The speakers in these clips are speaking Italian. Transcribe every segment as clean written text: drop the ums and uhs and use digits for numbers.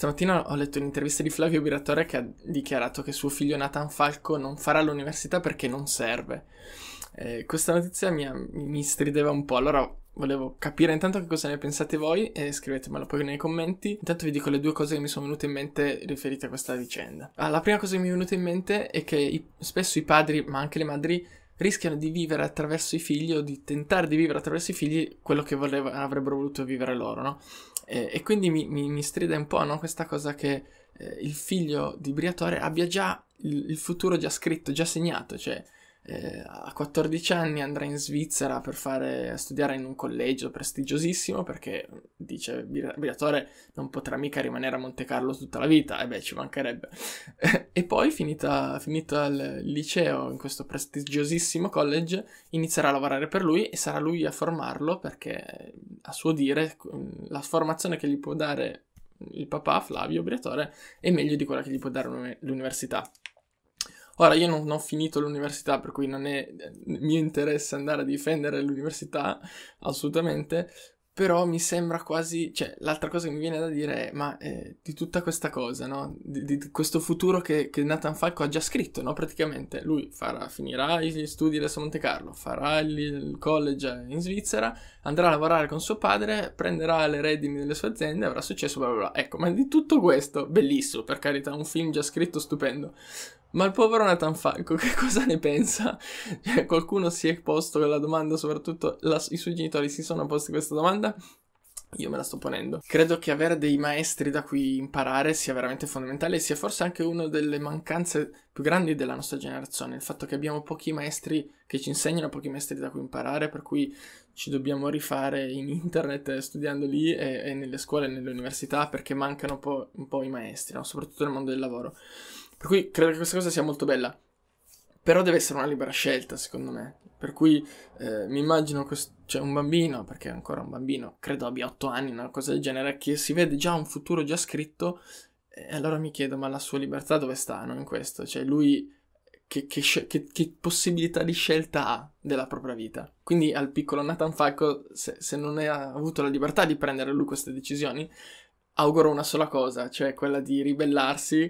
Stamattina ho letto un'intervista di Flavio Briatore che ha dichiarato che suo figlio Nathan Falco non farà l'università perché non serve. Questa notizia mi strideva un po', allora volevo capire intanto che cosa ne pensate voi e scrivetemelo poi nei commenti. Intanto vi dico le due cose che mi sono venute in mente riferite a questa vicenda. La prima cosa che mi è venuta in mente è che spesso i padri, ma anche le madri, rischiano di vivere attraverso i figli o di tentare di vivere attraverso i figli quello che avrebbero voluto vivere loro, no? E quindi mi stride un po', no? Questa cosa che il figlio di Briatore abbia già il futuro già scritto, già segnato, cioè a 14 anni andrà in Svizzera per studiare in un collegio prestigiosissimo perché dice Briatore non potrà mica rimanere a Monte Carlo tutta la vita, e beh, ci mancherebbe. E poi finito il liceo in questo prestigiosissimo college inizierà a lavorare per lui e sarà lui a formarlo perché a suo dire la formazione che gli può dare il papà Flavio Briatore è meglio di quella che gli può dare l'università. Ora, io non ho finito l'università, per cui non è mio interesse andare a difendere l'università, assolutamente, però mi sembra quasi, cioè, l'altra cosa che mi viene da dire è, ma di tutta questa cosa, no? Di questo futuro che Nathan Falco ha già scritto, no? Praticamente, lui finirà gli studi adesso a Monte Carlo, farà il college in Svizzera, andrà a lavorare con suo padre, prenderà le redini delle sue aziende, avrà successo, bla bla bla. Ecco, ma di tutto questo, bellissimo, per carità, un film già scritto, stupendo. Ma il povero Nathan Falco, che cosa ne pensa? Cioè, qualcuno si è posto quella domanda, soprattutto i suoi genitori si sono posti questa domanda? Io me la sto ponendo. Credo che avere dei maestri da cui imparare sia veramente fondamentale e sia forse anche una delle mancanze più grandi della nostra generazione. Il fatto che abbiamo pochi maestri che ci insegnano, pochi maestri da cui imparare, per cui ci dobbiamo rifare in internet studiando lì e nelle scuole e nelle università perché mancano un po' i maestri, no? Soprattutto nel mondo del lavoro. Per cui credo che questa cosa sia molto bella. Però deve essere una libera scelta, secondo me. Per cui mi immagino c'è un bambino, perché è ancora un bambino, credo abbia 8 anni, una cosa del genere, che si vede già un futuro già scritto, e allora mi chiedo, ma la sua libertà dove sta, no? In questo? Cioè lui che possibilità di scelta ha della propria vita? Quindi al piccolo Nathan Falco, se non ha avuto la libertà di prendere lui queste decisioni, auguro una sola cosa, cioè quella di ribellarsi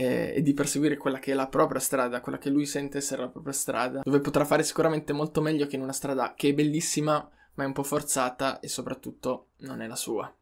e di perseguire quella che è la propria strada, quella che lui sente essere la propria strada, dove potrà fare sicuramente molto meglio che in una strada che è bellissima, ma è un po' forzata e soprattutto non è la sua.